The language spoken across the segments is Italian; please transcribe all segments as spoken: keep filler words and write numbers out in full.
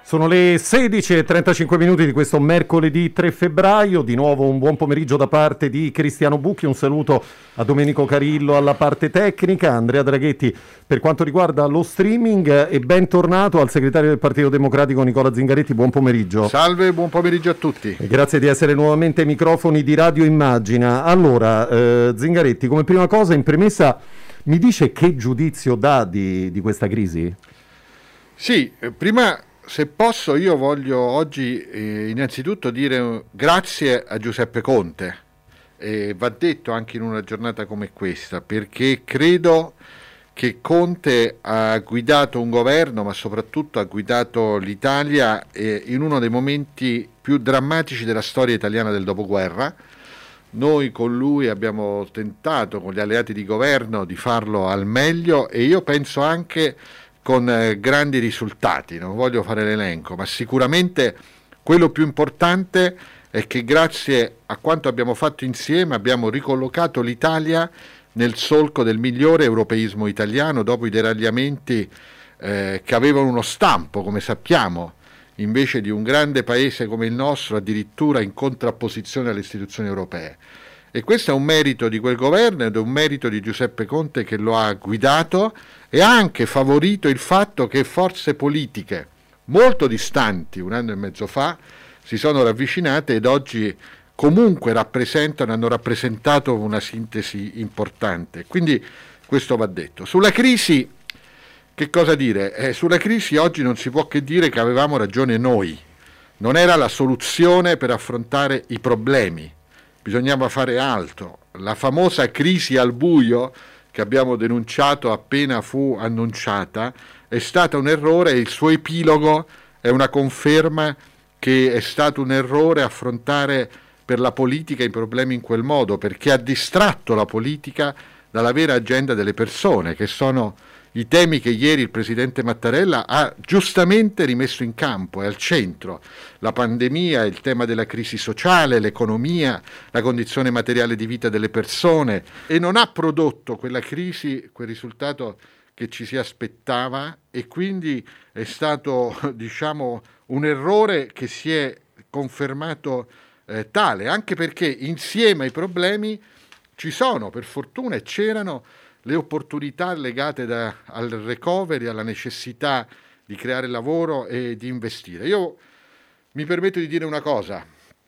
Sono le sedici e trentacinque minuti di questo mercoledì tre febbraio, di nuovo un buon pomeriggio da parte di Cristiano Bucchi, un saluto a Domenico Carillo alla parte tecnica, Andrea Draghetti per quanto riguarda lo streaming e bentornato al segretario del Partito Democratico Nicola Zingaretti, buon pomeriggio. Salve, buon pomeriggio a tutti. E grazie di essere nuovamente ai microfoni di Radio Immagina. Allora, eh, Zingaretti, come prima cosa in premessa mi dice che giudizio dà di, di questa crisi? Sì, prima... Se posso, io voglio oggi eh, innanzitutto dire grazie a Giuseppe Conte, e va detto anche in una giornata come questa, perché credo che Conte ha guidato un governo, ma soprattutto ha guidato l'Italia eh, in uno dei momenti più drammatici della storia italiana del dopoguerra. Noi con lui abbiamo tentato, con gli alleati di governo, di farlo al meglio, e io penso anche con eh, grandi risultati. Non voglio fare l'elenco, ma sicuramente quello più importante è che grazie a quanto abbiamo fatto insieme abbiamo ricollocato l'Italia nel solco del migliore europeismo italiano dopo i deragliamenti eh, che avevano uno stampo, come sappiamo, invece di un grande paese come il nostro, addirittura in contrapposizione alle istituzioni europee. E questo è un merito di quel governo ed è un merito di Giuseppe Conte, che lo ha guidato e ha anche favorito il fatto che forze politiche molto distanti un anno e mezzo fa si sono ravvicinate ed oggi comunque rappresentano, hanno rappresentato una sintesi importante. Quindi questo va detto. Sulla crisi, che cosa dire? Eh, sulla crisi oggi non si può che dire che avevamo ragione noi. Non era la soluzione per affrontare i problemi. Bisognava fare altro. La famosa crisi al buio che abbiamo denunciato appena fu annunciata è stata un errore, e il suo epilogo è una conferma che è stato un errore affrontare per la politica i problemi in quel modo, perché ha distratto la politica dalla vera agenda delle persone, che sono i temi che ieri il presidente Mattarella ha giustamente rimesso in campo e al centro: la pandemia, il tema della crisi sociale, l'economia, la condizione materiale di vita delle persone, e non ha prodotto quella crisi quel risultato che ci si aspettava, e quindi è stato, diciamo, un errore che si è confermato eh, tale, anche perché insieme ai problemi ci sono, per fortuna, e c'erano le opportunità legate da, al recovery, alla necessità di creare lavoro e di investire. Io mi permetto di dire una cosa: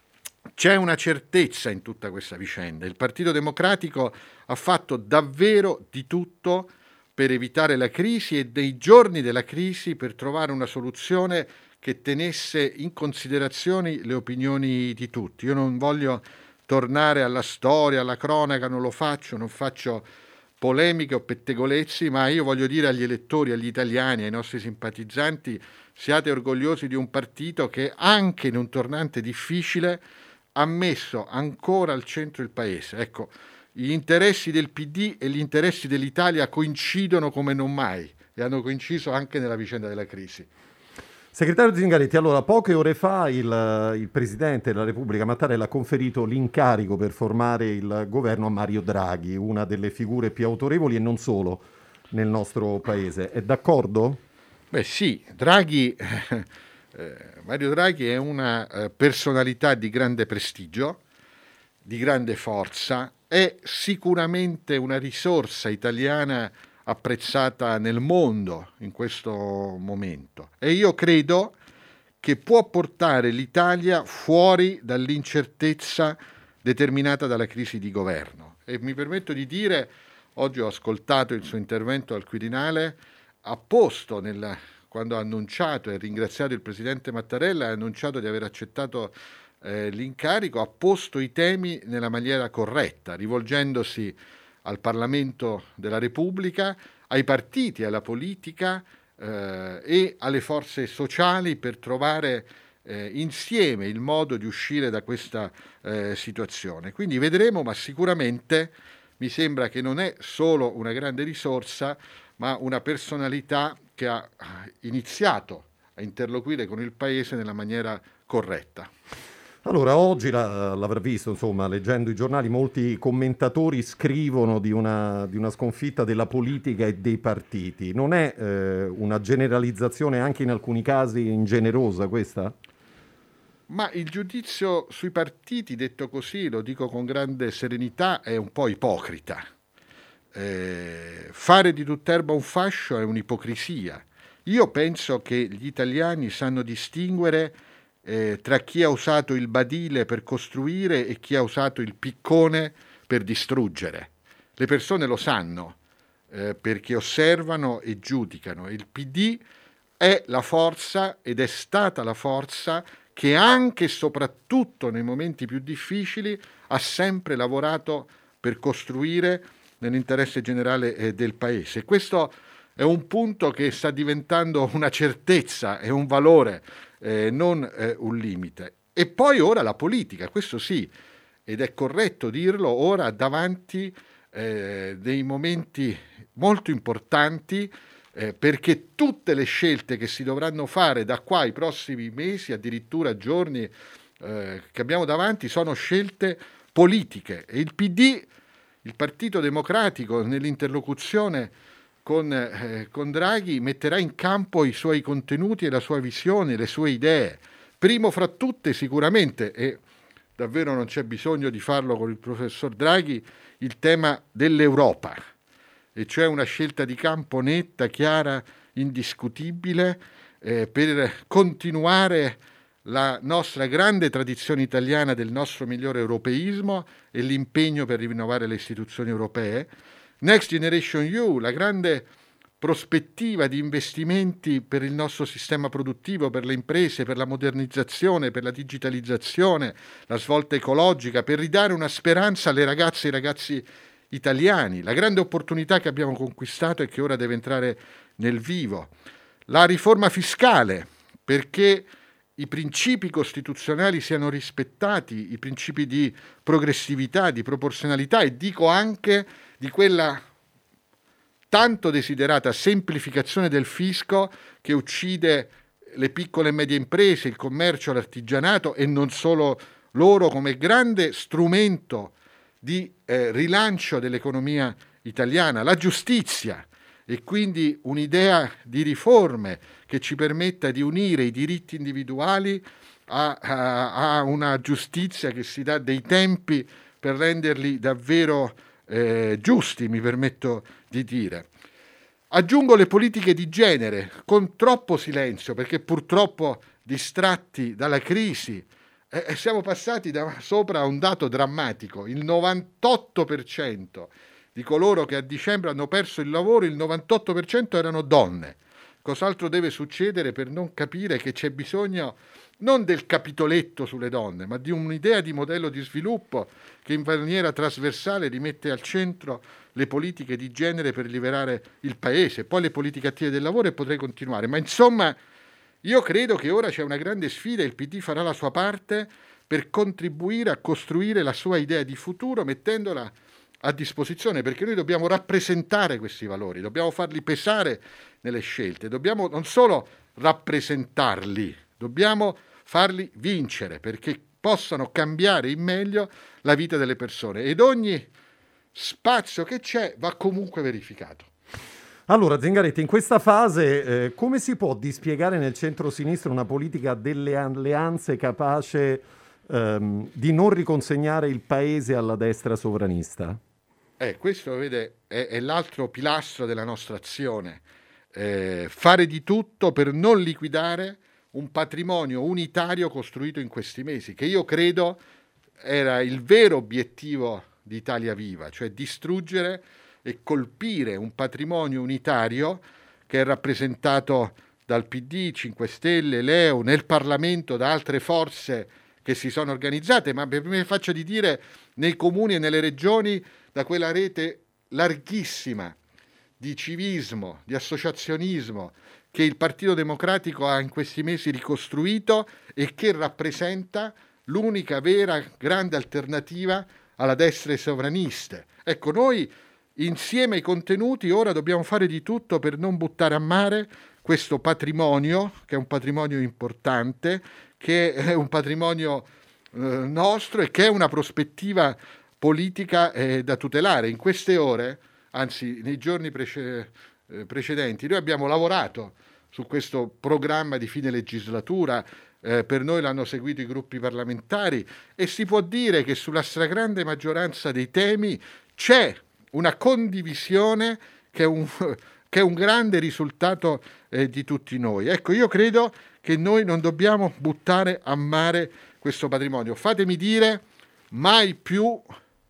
c'è una certezza in tutta questa vicenda. Il Partito Democratico ha fatto davvero di tutto per evitare la crisi e dei giorni della crisi per trovare una soluzione che tenesse in considerazione le opinioni di tutti. Io non voglio tornare alla storia, alla cronaca, non lo faccio, non faccio polemiche o pettegolezzi, ma io voglio dire agli elettori, agli italiani, ai nostri simpatizzanti: siate orgogliosi di un partito che anche in un tornante difficile ha messo ancora al centro il paese. Ecco, gli interessi del P D e gli interessi dell'Italia coincidono come non mai, e hanno coinciso anche nella vicenda della crisi. Segretario Zingaretti, allora, poche ore fa il, il Presidente della Repubblica Mattarella ha conferito l'incarico per formare il governo a Mario Draghi, una delle figure più autorevoli e non solo nel nostro Paese. È d'accordo? Beh sì, Draghi, eh, Mario Draghi è una eh, personalità di grande prestigio, di grande forza, è sicuramente una risorsa italiana apprezzata nel mondo in questo momento, e io credo che può portare l'Italia fuori dall'incertezza determinata dalla crisi di governo. E mi permetto di dire, oggi ho ascoltato il suo intervento al Quirinale, ha posto, nel, quando ha annunciato e ringraziato il presidente Mattarella, ha annunciato di aver accettato eh, l'incarico, ha posto i temi nella maniera corretta, rivolgendosi al Parlamento della Repubblica, ai partiti, alla politica eh, e alle forze sociali per trovare eh, insieme il modo di uscire da questa eh, situazione. Quindi vedremo, ma sicuramente mi sembra che non è solo una grande risorsa, ma una personalità che ha iniziato a interloquire con il Paese nella maniera corretta. Allora, oggi la- l'avrà visto, insomma, leggendo i giornali, molti commentatori scrivono di una, di una sconfitta della politica e dei partiti. Non è eh, una generalizzazione anche in alcuni casi ingenerosa questa? Ma il giudizio sui partiti, detto così, lo dico con grande serenità, è un po' ipocrita. Eh, fare di tutt'erba un fascio è un'ipocrisia. Io penso che gli italiani sanno distinguere eh, tra chi ha usato il badile per costruire e chi ha usato il piccone per distruggere. Le persone lo sanno eh, perché osservano e giudicano. Il P D è la forza ed è stata la forza che anche e soprattutto nei momenti più difficili ha sempre lavorato per costruire nell'interesse generale eh, del Paese. Questo è un punto che sta diventando una certezza e un valore, eh, non eh, un limite. E poi ora la politica, questo sì, ed è corretto dirlo, ora davanti eh, dei momenti molto importanti eh, perché tutte le scelte che si dovranno fare da qua ai prossimi mesi, addirittura giorni eh, che abbiamo davanti, sono scelte politiche. E il P D, il Partito Democratico, nell'interlocuzione con, eh, con Draghi, metterà in campo i suoi contenuti e la sua visione, le sue idee. Primo fra tutte sicuramente, e davvero non c'è bisogno di farlo con il professor Draghi, il tema dell'Europa, e cioè una scelta di campo netta, chiara, indiscutibile, eh, per continuare la nostra grande tradizione italiana del nostro migliore europeismo e l'impegno per rinnovare le istituzioni europee. Next Generation E U, la grande prospettiva di investimenti per il nostro sistema produttivo, per le imprese, per la modernizzazione, per la digitalizzazione, la svolta ecologica, per ridare una speranza alle ragazze e ai ragazzi italiani, la grande opportunità che abbiamo conquistato e che ora deve entrare nel vivo. La riforma fiscale, perché i principi costituzionali siano rispettati, i principi di progressività, di proporzionalità e dico anche di quella tanto desiderata semplificazione del fisco che uccide le piccole e medie imprese, il commercio, l'artigianato e non solo loro, come grande strumento di eh, rilancio dell'economia italiana, la giustizia e quindi un'idea di riforme che ci permetta di unire i diritti individuali a, a, a una giustizia che si dà dei tempi per renderli davvero eh, giusti, mi permetto di dire. Aggiungo le politiche di genere con troppo silenzio, perché purtroppo distratti dalla crisi eh, siamo passati da sopra a un dato drammatico: il novantotto per cento di coloro che a dicembre hanno perso il lavoro, il novantotto per cento erano donne. Cos'altro deve succedere per non capire che c'è bisogno non del capitoletto sulle donne, ma di un'idea di modello di sviluppo che in maniera trasversale rimette al centro le politiche di genere per liberare il Paese, poi le politiche attive del lavoro e potrei continuare. Ma insomma, io credo che ora c'è una grande sfida e il P D farà la sua parte per contribuire a costruire la sua idea di futuro mettendola a disposizione, perché noi dobbiamo rappresentare questi valori, dobbiamo farli pesare nelle scelte, dobbiamo non solo rappresentarli, dobbiamo farli vincere perché possano cambiare in meglio la vita delle persone ed ogni spazio che c'è va comunque verificato. Allora, Zingaretti, in questa fase eh, come si può dispiegare nel centro-sinistra una politica delle alleanze capace ehm, di non riconsegnare il Paese alla destra sovranista? Eh, questo, vede, è, è l'altro pilastro della nostra azione. Eh, fare di tutto per non liquidare un patrimonio unitario costruito in questi mesi, che io credo era il vero obiettivo di Italia Viva, cioè distruggere e colpire un patrimonio unitario che è rappresentato dal P D, cinque Stelle, L E U, nel Parlamento da altre forze che si sono organizzate, ma per me faccia di dire nei comuni e nelle regioni da quella rete larghissima di civismo, di associazionismo che il Partito Democratico ha in questi mesi ricostruito e che rappresenta l'unica vera grande alternativa alla destra sovraniste. Ecco, noi insieme ai contenuti ora dobbiamo fare di tutto per non buttare a mare questo patrimonio, che è un patrimonio importante, che è un patrimonio eh, nostro e che è una prospettiva politica eh, da tutelare. In queste ore, anzi nei giorni prece- eh, precedenti, noi abbiamo lavorato su questo programma di fine legislatura. Eh, per noi l'hanno seguito i gruppi parlamentari e si può dire che sulla stragrande maggioranza dei temi c'è una condivisione che è un, che è un grande risultato eh, di tutti noi. Ecco, io credo che noi non dobbiamo buttare a mare questo patrimonio. Fatemi dire, mai più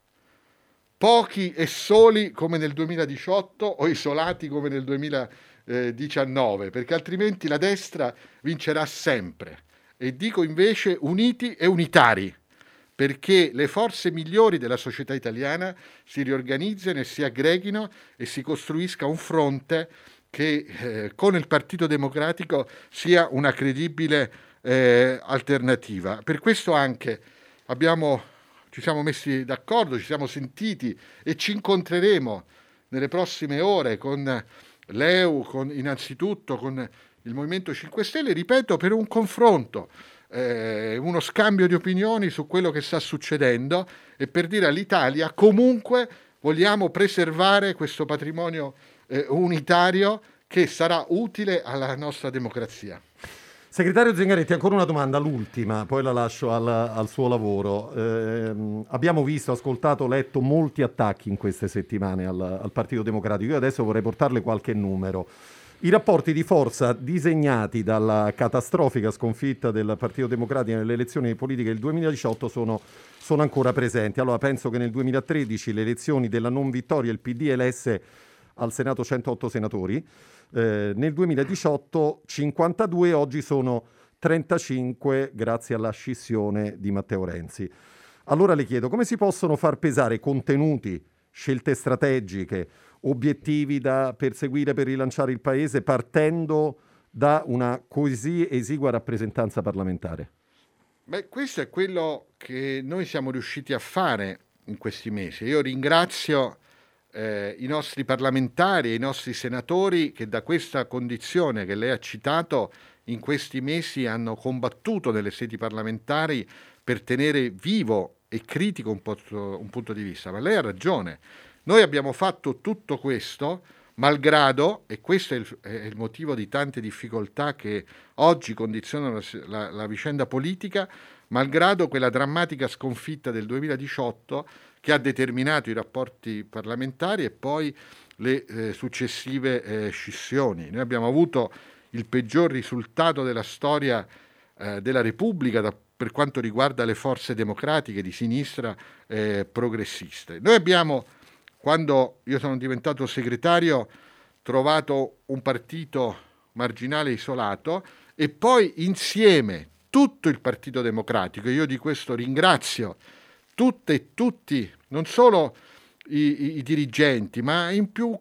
pochi e soli come nel duemiladiciotto o isolati come nel duemiladiciannove, perché altrimenti la destra vincerà sempre. E dico invece uniti e unitari, perché le forze migliori della società italiana si riorganizzino e si aggreghino e si costruisca un fronte che eh, con il Partito Democratico sia una credibile eh, alternativa. Per questo anche abbiamo, ci siamo messi d'accordo, ci siamo sentiti e ci incontreremo nelle prossime ore con l'E U, con, innanzitutto con il Movimento cinque Stelle, ripeto, per un confronto, eh, uno scambio di opinioni su quello che sta succedendo e per dire all'Italia comunque vogliamo preservare questo patrimonio eh, unitario che sarà utile alla nostra democrazia. Segretario Zingaretti, ancora una domanda, l'ultima, poi la lascio al, al suo lavoro. Eh, abbiamo visto, ascoltato, letto molti attacchi in queste settimane al, al Partito Democratico. Io adesso vorrei portarle qualche numero. I rapporti di forza disegnati dalla catastrofica sconfitta del Partito Democratico nelle elezioni politiche del duemiladiciotto sono, sono ancora presenti. Allora, penso che nel duemilatredici le elezioni della non vittoria il P D elesse al Senato centootto senatori, eh, nel duemiladiciotto cinquantadue, oggi sono trentacinque grazie alla scissione di Matteo Renzi. Allora le chiedo, come si possono far pesare contenuti, scelte strategiche, obiettivi da perseguire per rilanciare il Paese partendo da una così esigua rappresentanza parlamentare? Beh, questo è quello che noi siamo riusciti a fare in questi mesi. Io ringrazio eh, i nostri parlamentari e i nostri senatori che da questa condizione che lei ha citato in questi mesi hanno combattuto nelle sedi parlamentari per tenere vivo e critico un, po- un punto di vista. Ma lei ha ragione. Noi abbiamo fatto tutto questo malgrado, e questo è il, è il motivo di tante difficoltà che oggi condizionano la, la, la vicenda politica, malgrado quella drammatica sconfitta del duemiladiciotto che ha determinato i rapporti parlamentari e poi le eh, successive eh, scissioni. Noi abbiamo avuto il peggior risultato della storia eh, della Repubblica da, per quanto riguarda le forze democratiche di sinistra eh, progressiste. Noi abbiamo, quando io sono diventato segretario, trovato un partito marginale isolato e poi insieme tutto il Partito Democratico, io di questo ringrazio tutte e tutti, non solo i, i, i dirigenti, ma in più,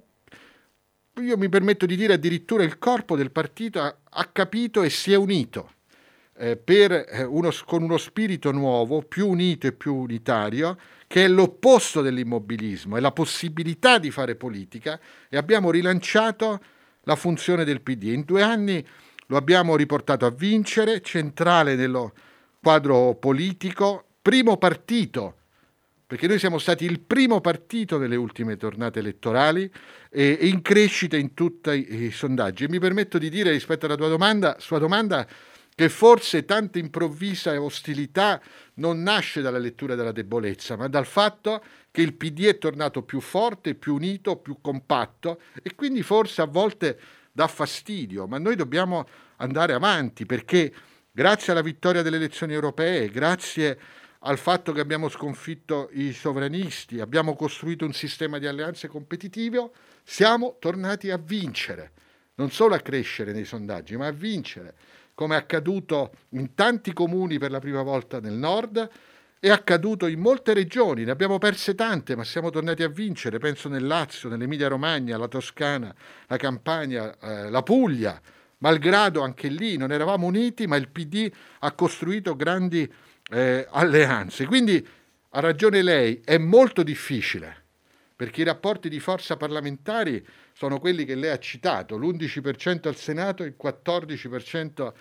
io mi permetto di dire addirittura il corpo del partito ha, ha capito e si è unito eh, per, eh, uno, con uno spirito nuovo, più unito e più unitario, che è l'opposto dell'immobilismo, è la possibilità di fare politica, e abbiamo rilanciato la funzione del P D. In due anni lo abbiamo riportato a vincere, centrale nello quadro politico, primo partito, perché noi siamo stati il primo partito nelle ultime tornate elettorali e, e in crescita in tutti i, i sondaggi. E mi permetto di dire rispetto alla tua domanda, sua domanda, che forse tanta improvvisa ostilità non nasce dalla lettura della debolezza, ma dal fatto che il P D è tornato più forte, più unito, più compatto, e quindi forse a volte dà fastidio, ma noi dobbiamo andare avanti, perché grazie alla vittoria delle elezioni europee, grazie al fatto che abbiamo sconfitto i sovranisti, abbiamo costruito un sistema di alleanze competitivo, siamo tornati a vincere, non solo a crescere nei sondaggi, ma a vincere, come è accaduto in tanti comuni per la prima volta nel nord, è accaduto in molte regioni, ne abbiamo perse tante, ma siamo tornati a vincere, penso nel Lazio, nell'Emilia Romagna, la Toscana, la Campania, eh, la Puglia, malgrado anche lì non eravamo uniti, ma il P D ha costruito grandi eh, alleanze. Quindi ha ragione lei, è molto difficile, perché i rapporti di forza parlamentari sono quelli che lei ha citato, l'undici per cento al Senato e il quattordici per cento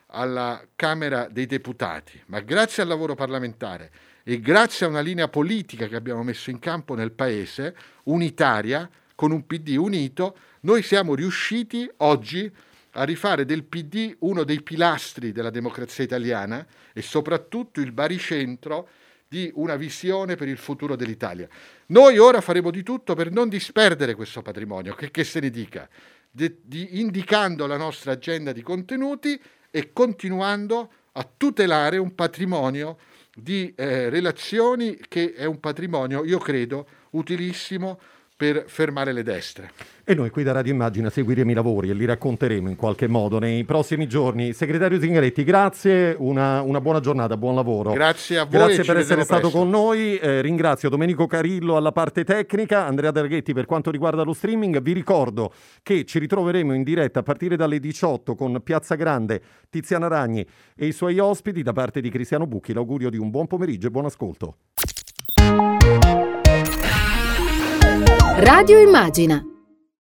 alla Camera dei Deputati, ma grazie al lavoro parlamentare e grazie a una linea politica che abbiamo messo in campo nel Paese, unitaria, con un P D unito, noi siamo riusciti oggi a rifare del P D uno dei pilastri della democrazia italiana e soprattutto il baricentro di una visione per il futuro dell'Italia. Noi ora faremo di tutto per non disperdere questo patrimonio, che, che se ne dica, di, di, indicando la nostra agenda di contenuti e continuando a tutelare un patrimonio di eh, relazioni che è un patrimonio, io credo, utilissimo per fermare le destre. E noi qui da Radio Immagina seguiremo i lavori e li racconteremo in qualche modo nei prossimi giorni. Segretario Zingaretti, grazie, una, una buona giornata, buon lavoro. Grazie a voi. Grazie per essere stato presto. con noi. Eh, ringrazio Domenico Carillo alla parte tecnica, Andrea Draghetti per quanto riguarda lo streaming. Vi ricordo che ci ritroveremo in diretta a partire dalle diciotto con Piazza Grande, Tiziana Ragni e i suoi ospiti. Da parte di Cristiano Bucchi l'augurio di un buon pomeriggio e buon ascolto. Radio Immagina.